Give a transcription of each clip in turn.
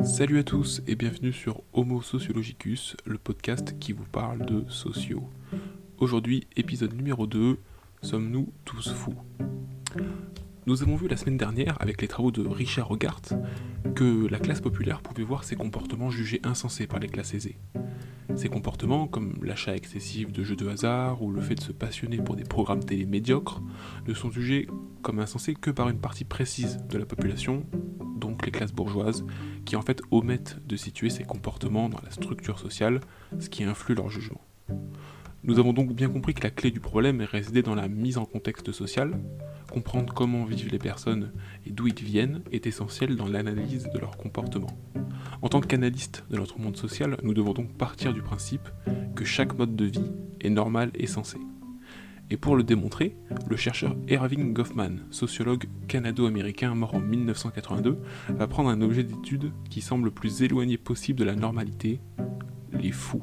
Salut à tous et bienvenue sur Homo Sociologicus, le podcast qui vous parle de sociaux. Aujourd'hui, épisode numéro 2, sommes-nous tous fous ? Nous avons vu la semaine dernière, avec les travaux de Richard Hogarth, que la classe populaire pouvait voir ses comportements jugés insensés par les classes aisées. Ces comportements, comme l'achat excessif de jeux de hasard ou le fait de se passionner pour des programmes télé médiocres, ne sont jugés comme insensés que par une partie précise de la population, donc les classes bourgeoises, qui en fait omettent de situer ces comportements dans la structure sociale, ce qui influe leur jugement. Nous avons donc bien compris que la clé du problème résidait dans la mise en contexte social. Comprendre comment vivent les personnes et d'où ils viennent est essentiel dans l'analyse de leur comportement. En tant qu'analystes de notre monde social, nous devons donc partir du principe que chaque mode de vie est normal et sensé. Et pour le démontrer, le chercheur Erving Goffman, sociologue canado-américain mort en 1982, va prendre un objet d'étude qui semble le plus éloigné possible de la normalité, les fous.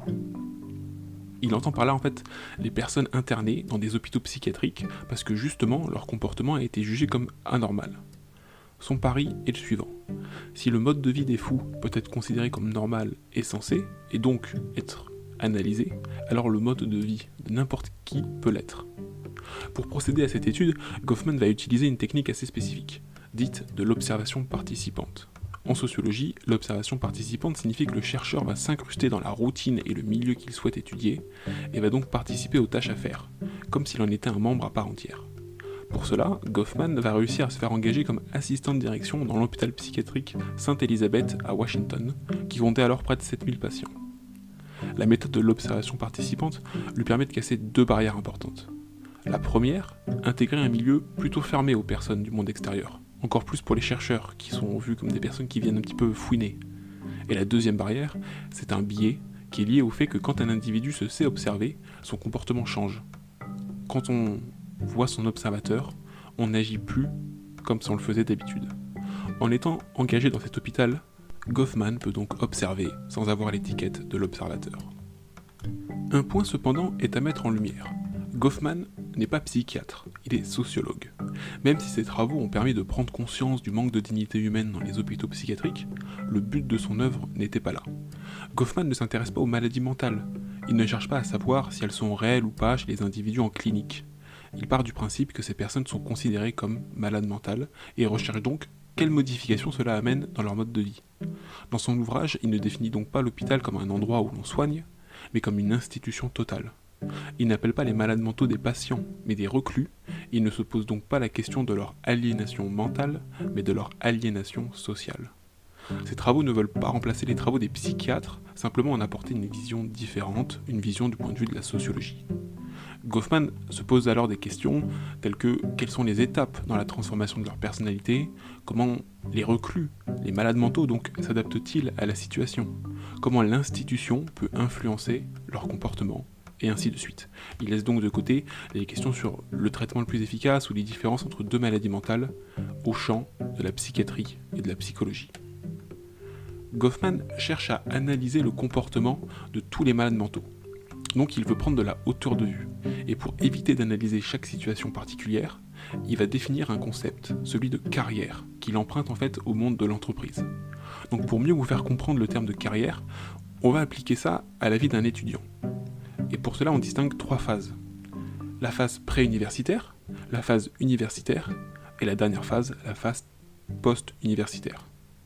Il entend par là en fait les personnes internées dans des hôpitaux psychiatriques parce que justement leur comportement a été jugé comme anormal. Son pari est le suivant. Si le mode de vie des fous peut être considéré comme normal et sensé, et donc être analysé, alors le mode de vie de n'importe qui peut l'être. Pour procéder à cette étude, Goffman va utiliser une technique assez spécifique, dite de l'observation participante. En sociologie, l'observation participante signifie que le chercheur va s'incruster dans la routine et le milieu qu'il souhaite étudier, et va donc participer aux tâches à faire, comme s'il en était un membre à part entière. Pour cela, Goffman va réussir à se faire engager comme assistant de direction dans l'hôpital psychiatrique Sainte-Élisabeth à Washington, qui comptait alors près de 7000 patients. La méthode de l'observation participante lui permet de casser deux barrières importantes. La première, intégrer un milieu plutôt fermé aux personnes du monde extérieur, encore plus pour les chercheurs, qui sont vus comme des personnes qui viennent un petit peu fouiner. Et la deuxième barrière, c'est un biais qui est lié au fait que quand un individu se sait observer, son comportement change. Quand on voit son observateur, on n'agit plus comme si on le faisait d'habitude. En étant engagé dans cet hôpital, Goffman peut donc observer sans avoir l'étiquette de l'observateur. Un point cependant est à mettre en lumière. Goffman n'est pas psychiatre, il est sociologue. Même si ses travaux ont permis de prendre conscience du manque de dignité humaine dans les hôpitaux psychiatriques, le but de son œuvre n'était pas là. Goffman ne s'intéresse pas aux maladies mentales. Il ne cherche pas à savoir si elles sont réelles ou pas chez les individus en clinique. Il part du principe que ces personnes sont considérées comme malades mentales et recherche donc quelles modifications cela amène dans leur mode de vie. Dans son ouvrage, il ne définit donc pas l'hôpital comme un endroit où l'on soigne, mais comme une institution totale. Il n'appelle pas les malades mentaux des patients, mais des reclus. Il ne se pose donc pas la question de leur aliénation mentale, mais de leur aliénation sociale. Ces travaux ne veulent pas remplacer les travaux des psychiatres, simplement en apporter une vision différente, une vision du point de vue de la sociologie. Goffman se pose alors des questions telles que quelles sont les étapes dans la transformation de leur personnalité, comment les reclus, les malades mentaux donc, s'adaptent-ils à la situation, comment l'institution peut influencer leur comportement, et ainsi de suite. Il laisse donc de côté les questions sur le traitement le plus efficace ou les différences entre deux maladies mentales au champ de la psychiatrie et de la psychologie. Goffman cherche à analyser le comportement de tous les malades mentaux. Donc il veut prendre de la hauteur de vue. Et pour éviter d'analyser chaque situation particulière, il va définir un concept, celui de carrière, qu'il emprunte en fait au monde de l'entreprise. Donc pour mieux vous faire comprendre le terme de carrière, on va appliquer ça à la vie d'un étudiant. Et pour cela, on distingue trois phases. La phase pré-universitaire, la phase universitaire, et la dernière phase, la phase post-universitaire.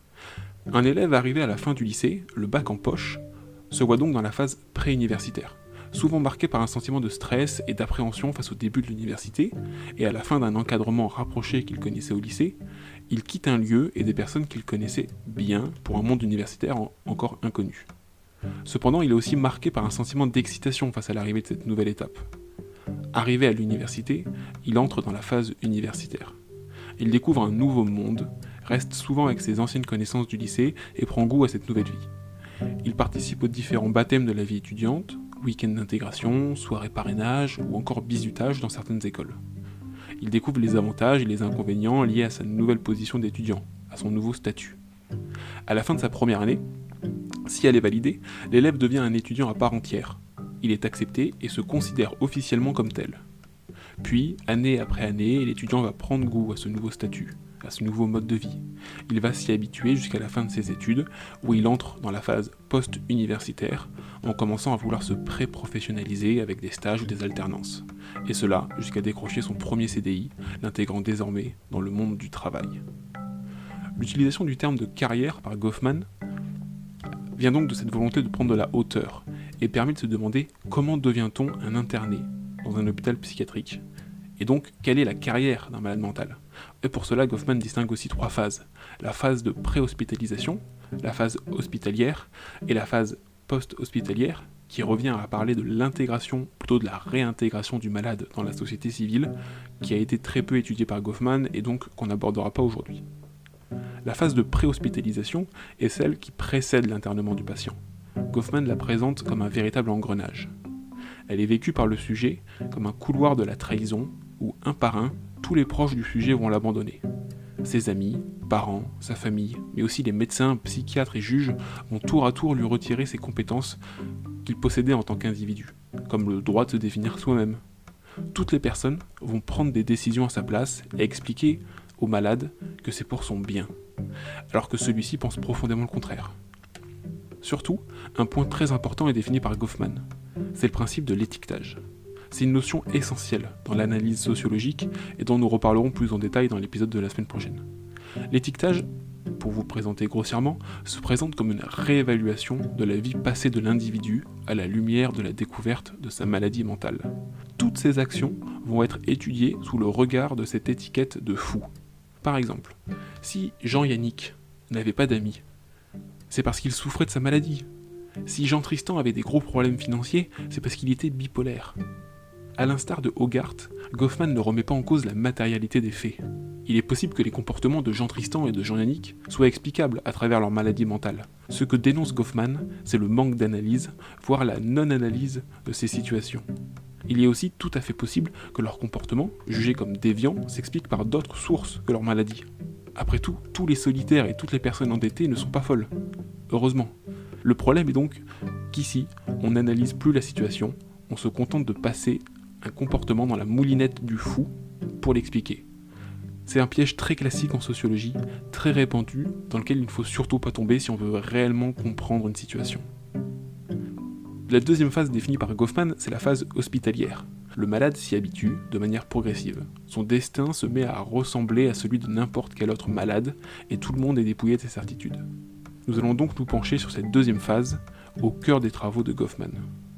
Un élève arrivé à la fin du lycée, le bac en poche, se voit donc dans la phase pré-universitaire, souvent marqué par un sentiment de stress et d'appréhension face au début de l'université, et à la fin d'un encadrement rapproché qu'il connaissait au lycée, il quitte un lieu et des personnes qu'il connaissait bien pour un monde universitaire encore inconnu. Cependant, il est aussi marqué par un sentiment d'excitation face à l'arrivée de cette nouvelle étape. Arrivé à l'université, il entre dans la phase universitaire. Il découvre un nouveau monde, reste souvent avec ses anciennes connaissances du lycée et prend goût à cette nouvelle vie. Il participe aux différents baptêmes de la vie étudiante, week-end d'intégration, soirées parrainage ou encore bizutage dans certaines écoles. Il découvre les avantages et les inconvénients liés à sa nouvelle position d'étudiant, à son nouveau statut. À la fin de sa première année, si elle est validée, l'élève devient un étudiant à part entière. Il est accepté et se considère officiellement comme tel. Puis, année après année, l'étudiant va prendre goût à ce nouveau statut, à ce nouveau mode de vie. Il va s'y habituer jusqu'à la fin de ses études, où il entre dans la phase post-universitaire, en commençant à vouloir se pré-professionnaliser avec des stages ou des alternances. Et cela jusqu'à décrocher son premier CDI, l'intégrant désormais dans le monde du travail. L'utilisation du terme de carrière par Goffman vient donc de cette volonté de prendre de la hauteur, et permet de se demander comment devient-on un interné dans un hôpital psychiatrique. Et donc, quelle est la carrière d'un malade mental? Et pour cela, Goffman distingue aussi 3 phases. La phase de pré-hospitalisation, la phase hospitalière et la phase post-hospitalière, qui revient à parler de l'intégration, plutôt de la réintégration du malade dans la société civile, qui a été très peu étudiée par Goffman et donc qu'on n'abordera pas aujourd'hui. La phase de pré-hospitalisation est celle qui précède l'internement du patient. Goffman la présente comme un véritable engrenage. Elle est vécue par le sujet comme un couloir de la trahison où, un par un, tous les proches du sujet vont l'abandonner. Ses amis, parents, sa famille, mais aussi les médecins, psychiatres et juges vont tour à tour lui retirer ses compétences qu'il possédait en tant qu'individu, comme le droit de se définir soi-même. Toutes les personnes vont prendre des décisions à sa place et expliquer au malade que c'est pour son bien, alors que celui-ci pense profondément le contraire. Surtout, un point très important est défini par Goffman, c'est le principe de l'étiquetage. C'est une notion essentielle dans l'analyse sociologique et dont nous reparlerons plus en détail dans l'épisode de la semaine prochaine. L'étiquetage, pour vous présenter grossièrement, se présente comme une réévaluation de la vie passée de l'individu à la lumière de la découverte de sa maladie mentale. Toutes ces actions vont être étudiées sous le regard de cette étiquette de fou. Par exemple, si Jean-Yannick n'avait pas d'amis, c'est parce qu'il souffrait de sa maladie. Si Jean Tristan avait des gros problèmes financiers, c'est parce qu'il était bipolaire. À l'instar de Hogarth, Goffman ne remet pas en cause la matérialité des faits. Il est possible que les comportements de Jean Tristan et de Jean-Yannick soient explicables à travers leur maladie mentale. Ce que dénonce Goffman, c'est le manque d'analyse, voire la non-analyse de ces situations. Il est aussi tout à fait possible que leur comportement, jugé comme déviant, s'explique par d'autres sources que leur maladie. Après tout, tous les solitaires et toutes les personnes endettées ne sont pas folles. Heureusement. Le problème est donc qu'ici, on n'analyse plus la situation, on se contente de passer un comportement dans la moulinette du fou pour l'expliquer. C'est un piège très classique en sociologie, très répandu, dans lequel il ne faut surtout pas tomber si on veut réellement comprendre une situation. La deuxième phase définie par Goffman, c'est la phase hospitalière. Le malade s'y habitue de manière progressive. Son destin se met à ressembler à celui de n'importe quel autre malade, et tout le monde est dépouillé de ses certitudes. Nous allons donc nous pencher sur cette deuxième phase, au cœur des travaux de Goffman.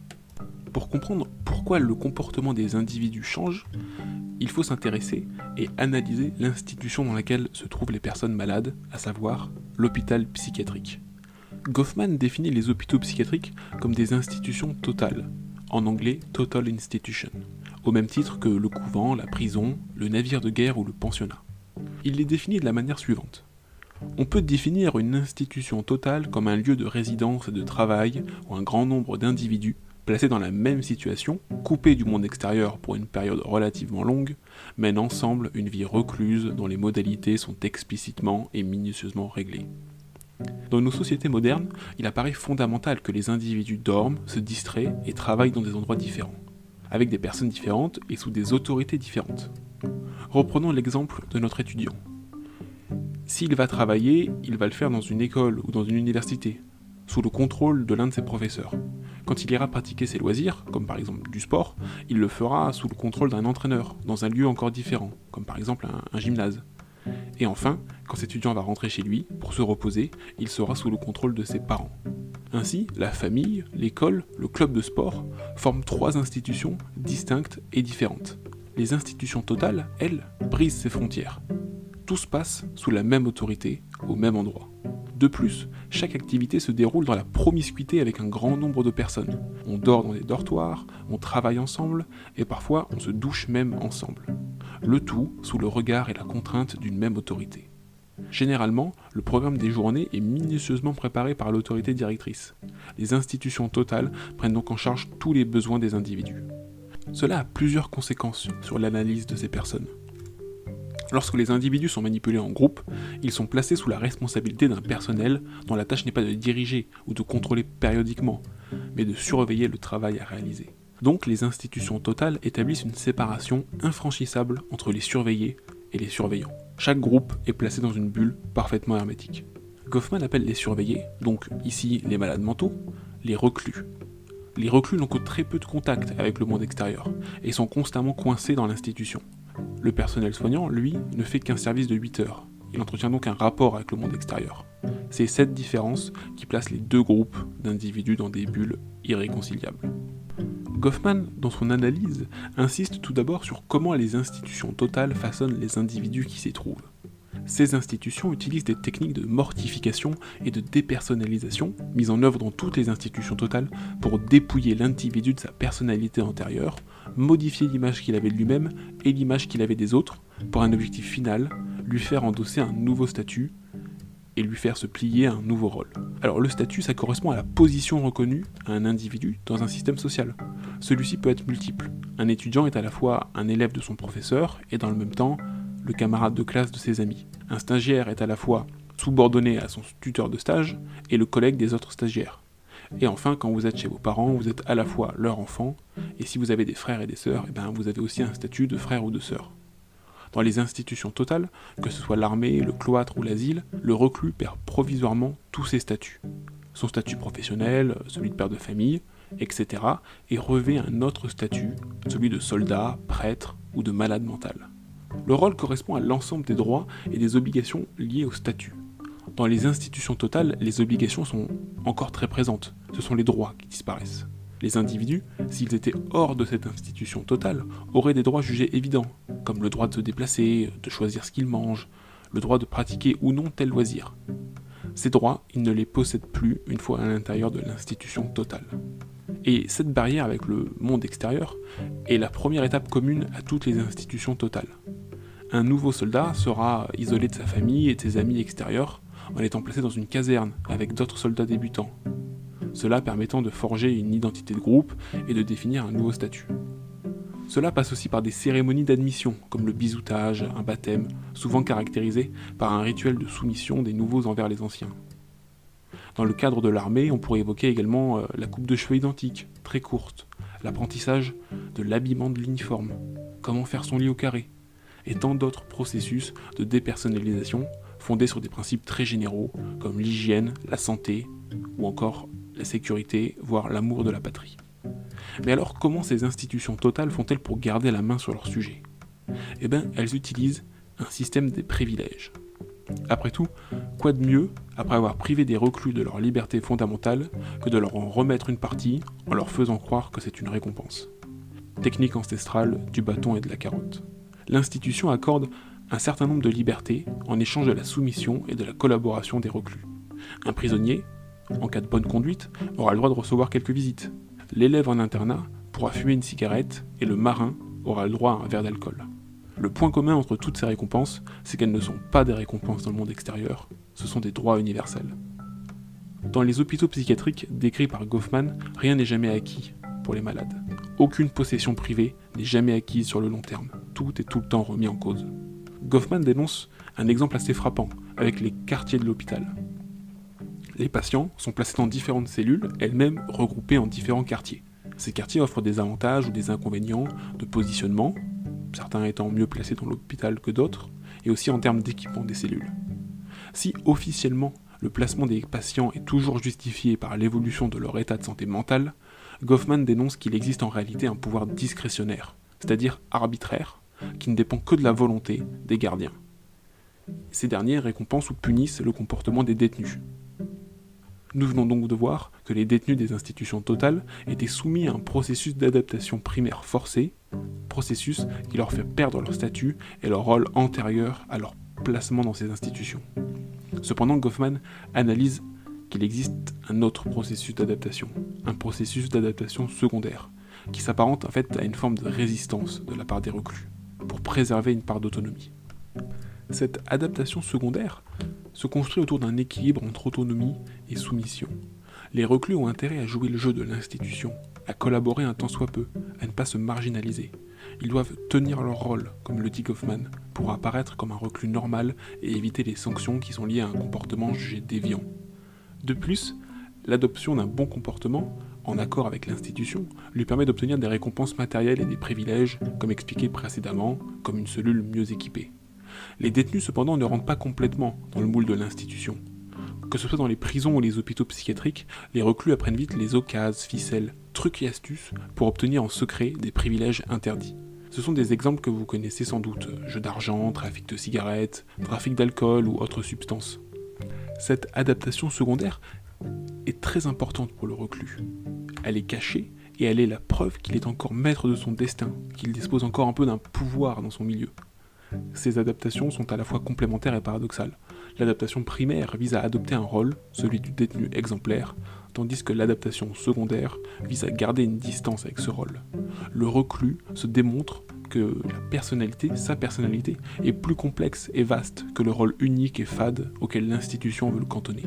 Pour comprendre pourquoi le comportement des individus change, il faut s'intéresser et analyser l'institution dans laquelle se trouvent les personnes malades, à savoir l'hôpital psychiatrique. Goffman définit les hôpitaux psychiatriques comme des institutions totales, en anglais Total Institution, au même titre que le couvent, la prison, le navire de guerre ou le pensionnat. Il les définit de la manière suivante. On peut définir une institution totale comme un lieu de résidence et de travail où un grand nombre d'individus, placés dans la même situation, coupés du monde extérieur pour une période relativement longue, mènent ensemble une vie recluse dont les modalités sont explicitement et minutieusement réglées. Dans nos sociétés modernes, il apparaît fondamental que les individus dorment, se distraient et travaillent dans des endroits différents, avec des personnes différentes et sous des autorités différentes. Reprenons l'exemple de notre étudiant. S'il va travailler, il va le faire dans une école ou dans une université, sous le contrôle de l'un de ses professeurs. Quand il ira pratiquer ses loisirs, comme par exemple du sport, il le fera sous le contrôle d'un entraîneur, dans un lieu encore différent, comme par exemple un gymnase. Et enfin, quand cet étudiant va rentrer chez lui, pour se reposer, il sera sous le contrôle de ses parents. Ainsi, la famille, l'école, le club de sport forment 3 institutions distinctes et différentes. Les institutions totales, elles, brisent ces frontières. Tout se passe sous la même autorité, au même endroit. De plus, chaque activité se déroule dans la promiscuité avec un grand nombre de personnes. On dort dans des dortoirs, on travaille ensemble, et parfois on se douche même ensemble. Le tout sous le regard et la contrainte d'une même autorité. Généralement, le programme des journées est minutieusement préparé par l'autorité directrice. Les institutions totales prennent donc en charge tous les besoins des individus. Cela a plusieurs conséquences sur l'analyse de ces personnes. Lorsque les individus sont manipulés en groupe, ils sont placés sous la responsabilité d'un personnel dont la tâche n'est pas de diriger ou de contrôler périodiquement, mais de surveiller le travail à réaliser. Donc les institutions totales établissent une séparation infranchissable entre les surveillés et les surveillants. Chaque groupe est placé dans une bulle parfaitement hermétique. Goffman appelle les surveillés, donc ici les malades mentaux, les reclus. Les reclus n'ont que très peu de contact avec le monde extérieur et sont constamment coincés dans l'institution. Le personnel soignant, lui, ne fait qu'un service de 8 heures. Il entretient donc un rapport avec le monde extérieur. C'est cette différence qui place les deux groupes d'individus dans des bulles irréconciliables. Goffman, dans son analyse, insiste tout d'abord sur comment les institutions totales façonnent les individus qui s'y trouvent. Ces institutions utilisent des techniques de mortification et de dépersonnalisation, mises en œuvre dans toutes les institutions totales, pour dépouiller l'individu de sa personnalité antérieure, modifier l'image qu'il avait de lui-même et l'image qu'il avait des autres, pour un objectif final, lui faire endosser un nouveau statut et lui faire se plier à un nouveau rôle. Alors le statut, ça correspond à la position reconnue à un individu dans un système social. Celui-ci peut être multiple. Un étudiant est à la fois un élève de son professeur et dans le même temps le camarade de classe de ses amis. Un stagiaire est à la fois subordonné à son tuteur de stage et le collègue des autres stagiaires. Et enfin, quand vous êtes chez vos parents, vous êtes à la fois leur enfant, et si vous avez des frères et des sœurs, vous avez aussi un statut de frère ou de sœur. Dans les institutions totales, que ce soit l'armée, le cloître ou l'asile, le reclus perd provisoirement tous ses statuts. Son statut professionnel, celui de père de famille, etc. et revêt un autre statut, celui de soldat, prêtre ou de malade mental. Le rôle correspond à l'ensemble des droits et des obligations liées au statut. Dans les institutions totales, les obligations sont encore très présentes, ce sont les droits qui disparaissent. Les individus, s'ils étaient hors de cette institution totale, auraient des droits jugés évidents, comme le droit de se déplacer, de choisir ce qu'ils mangent, le droit de pratiquer ou non tel loisir. Ces droits, ils ne les possèdent plus une fois à l'intérieur de l'institution totale. Et cette barrière avec le monde extérieur est la première étape commune à toutes les institutions totales. Un nouveau soldat sera isolé de sa famille et de ses amis extérieurs en étant placé dans une caserne avec d'autres soldats débutants. Cela permettant de forger une identité de groupe et de définir un nouveau statut. Cela passe aussi par des cérémonies d'admission, comme le bisoutage, un baptême, souvent caractérisé par un rituel de soumission des nouveaux envers les anciens. Dans le cadre de l'armée, on pourrait évoquer également la coupe de cheveux identique, très courte, l'apprentissage de l'habillement de l'uniforme, comment faire son lit au carré, et tant d'autres processus de dépersonnalisation fondés sur des principes très généraux, comme l'hygiène, la santé, ou encore la sécurité, voire l'amour de la patrie. Mais alors, comment ces institutions totales font-elles pour garder la main sur leur sujet ? Elles utilisent un système des privilèges. Après tout, quoi de mieux, après avoir privé des reclus de leur liberté fondamentale, que de leur en remettre une partie en leur faisant croire que c'est une récompense. Technique ancestrale du bâton et de la carotte. L'institution accorde un certain nombre de libertés en échange de la soumission et de la collaboration des reclus. Un prisonnier, en cas de bonne conduite, aura le droit de recevoir quelques visites. L'élève en internat pourra fumer une cigarette et le marin aura le droit à un verre d'alcool. Le point commun entre toutes ces récompenses, c'est qu'elles ne sont pas des récompenses dans le monde extérieur, ce sont des droits universels. Dans les hôpitaux psychiatriques décrits par Goffman, rien n'est jamais acquis pour les malades. Aucune possession privée n'est jamais acquise sur le long terme. Tout est tout le temps remis en cause. Goffman dénonce un exemple assez frappant avec les quartiers de l'hôpital. Les patients sont placés dans différentes cellules, elles-mêmes regroupées en différents quartiers. Ces quartiers offrent des avantages ou des inconvénients de positionnement, certains étant mieux placés dans l'hôpital que d'autres, et aussi en termes d'équipement des cellules. Si officiellement le placement des patients est toujours justifié par l'évolution de leur état de santé mentale, Goffman dénonce qu'il existe en réalité un pouvoir discrétionnaire, c'est-à-dire arbitraire, qui ne dépend que de la volonté des gardiens. Ces derniers récompensent ou punissent le comportement des détenus. Nous venons donc de voir que les détenus des institutions totales étaient soumis à un processus d'adaptation primaire forcé, processus qui leur fait perdre leur statut et leur rôle antérieur à leur placement dans ces institutions. Cependant, Goffman analyse qu'il existe un autre processus d'adaptation, un processus d'adaptation secondaire, qui s'apparente en fait à une forme de résistance de la part des reclus, pour préserver une part d'autonomie. Cette adaptation secondaire se construit autour d'un équilibre entre autonomie et soumission. Les reclus ont intérêt à jouer le jeu de l'institution, à collaborer un tant soit peu, à ne pas se marginaliser. Ils doivent tenir leur rôle, comme le dit Goffman, pour apparaître comme un reclus normal et éviter les sanctions qui sont liées à un comportement jugé déviant. De plus, l'adoption d'un bon comportement, en accord avec l'institution, lui permet d'obtenir des récompenses matérielles et des privilèges, comme expliqué précédemment, comme une cellule mieux équipée. Les détenus cependant ne rentrent pas complètement dans le moule de l'institution. Que ce soit dans les prisons ou les hôpitaux psychiatriques, les reclus apprennent vite les occases, ficelles, trucs et astuces pour obtenir en secret des privilèges interdits. Ce sont des exemples que vous connaissez sans doute, jeux d'argent, trafic de cigarettes, trafic d'alcool ou autres substances. Cette adaptation secondaire est très importante pour le reclus. Elle est cachée et elle est la preuve qu'il est encore maître de son destin, qu'il dispose encore un peu d'un pouvoir dans son milieu. Ces adaptations sont à la fois complémentaires et paradoxales. L'adaptation primaire vise à adopter un rôle, celui du détenu exemplaire, tandis que l'adaptation secondaire vise à garder une distance avec ce rôle. Le reclus se démontre que sa personnalité, est plus complexe et vaste que le rôle unique et fade auquel l'institution veut le cantonner.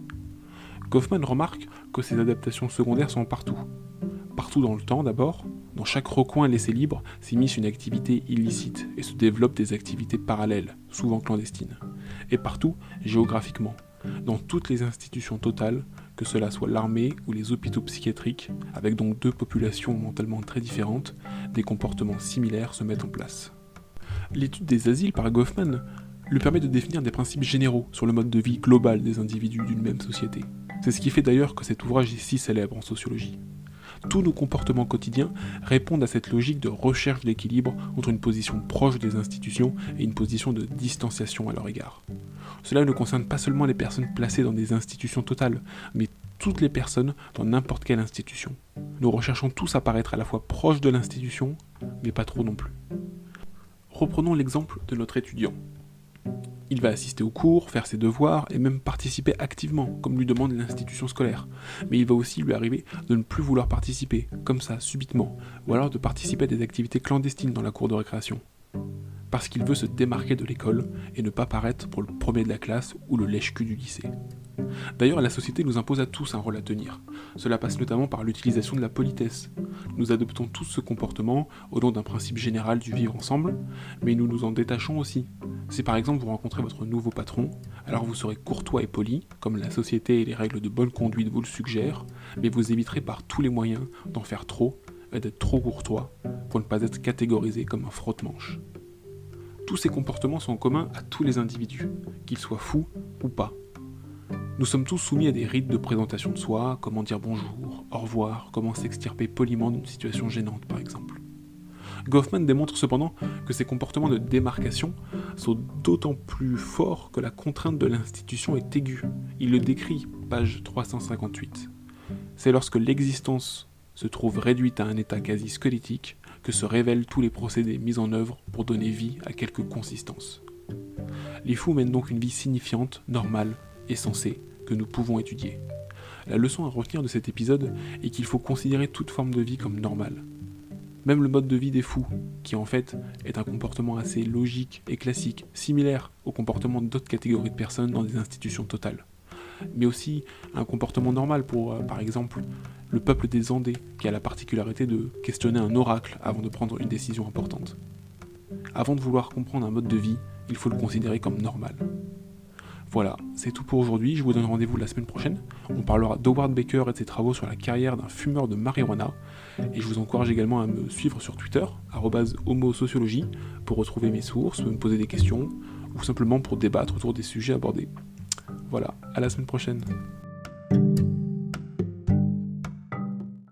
Goffman remarque que ces adaptations secondaires sont partout. Partout dans le temps d'abord, dans chaque recoin laissé libre s'immisce une activité illicite et se développent des activités parallèles, souvent clandestines. Et partout, géographiquement, dans toutes les institutions totales, que cela soit l'armée ou les hôpitaux psychiatriques, avec donc deux populations mentalement très différentes, des comportements similaires se mettent en place. L'étude des asiles par Goffman lui permet de définir des principes généraux sur le mode de vie global des individus d'une même société. C'est ce qui fait d'ailleurs que cet ouvrage est si célèbre en sociologie. Tous nos comportements quotidiens répondent à cette logique de recherche d'équilibre entre une position proche des institutions et une position de distanciation à leur égard. Cela ne concerne pas seulement les personnes placées dans des institutions totales, mais toutes les personnes dans n'importe quelle institution. Nous recherchons tous à paraître à la fois proches de l'institution, mais pas trop non plus. Reprenons l'exemple de notre étudiant. Il va assister aux cours, faire ses devoirs et même participer activement, comme lui demande l'institution scolaire. Mais il va aussi lui arriver de ne plus vouloir participer, comme ça, subitement, ou alors de participer à des activités clandestines dans la cour de récréation. Parce qu'il veut se démarquer de l'école et ne pas paraître pour le premier de la classe ou le lèche-cul du lycée. D'ailleurs, la société nous impose à tous un rôle à tenir. Cela passe notamment par l'utilisation de la politesse. Nous adoptons tous ce comportement au nom d'un principe général du vivre ensemble, mais nous nous en détachons aussi. Si par exemple vous rencontrez votre nouveau patron, alors vous serez courtois et poli, comme la société et les règles de bonne conduite vous le suggèrent, mais vous éviterez par tous les moyens d'en faire trop et d'être trop courtois pour ne pas être catégorisé comme un frotte-manche. Tous ces comportements sont communs à tous les individus, qu'ils soient fous ou pas. Nous sommes tous soumis à des rites de présentation de soi, comment dire bonjour, au revoir, comment s'extirper poliment d'une situation gênante par exemple. Goffman démontre cependant que ces comportements de démarcation sont d'autant plus forts que la contrainte de l'institution est aiguë. Il le décrit, page 358. C'est lorsque l'existence se trouve réduite à un état quasi squelettique que se révèlent tous les procédés mis en œuvre pour donner vie à quelque consistance. Les fous mènent donc une vie signifiante, normale et sensée que nous pouvons étudier. La leçon à retenir de cet épisode est qu'il faut considérer toute forme de vie comme normale. Même le mode de vie des fous, qui en fait est un comportement assez logique et classique, similaire au comportement d'autres catégories de personnes dans des institutions totales. Mais aussi un comportement normal pour, par exemple, le peuple des Andés, qui a la particularité de questionner un oracle avant de prendre une décision importante. Avant de vouloir comprendre un mode de vie, il faut le considérer comme normal. Voilà, c'est tout pour aujourd'hui, je vous donne rendez-vous la semaine prochaine. On parlera d'Howard Baker et de ses travaux sur la carrière d'un fumeur de marijuana. Et je vous encourage également à me suivre sur Twitter, @homosociologie, pour retrouver mes sources, me poser des questions, ou simplement pour débattre autour des sujets abordés. Voilà, à la semaine prochaine.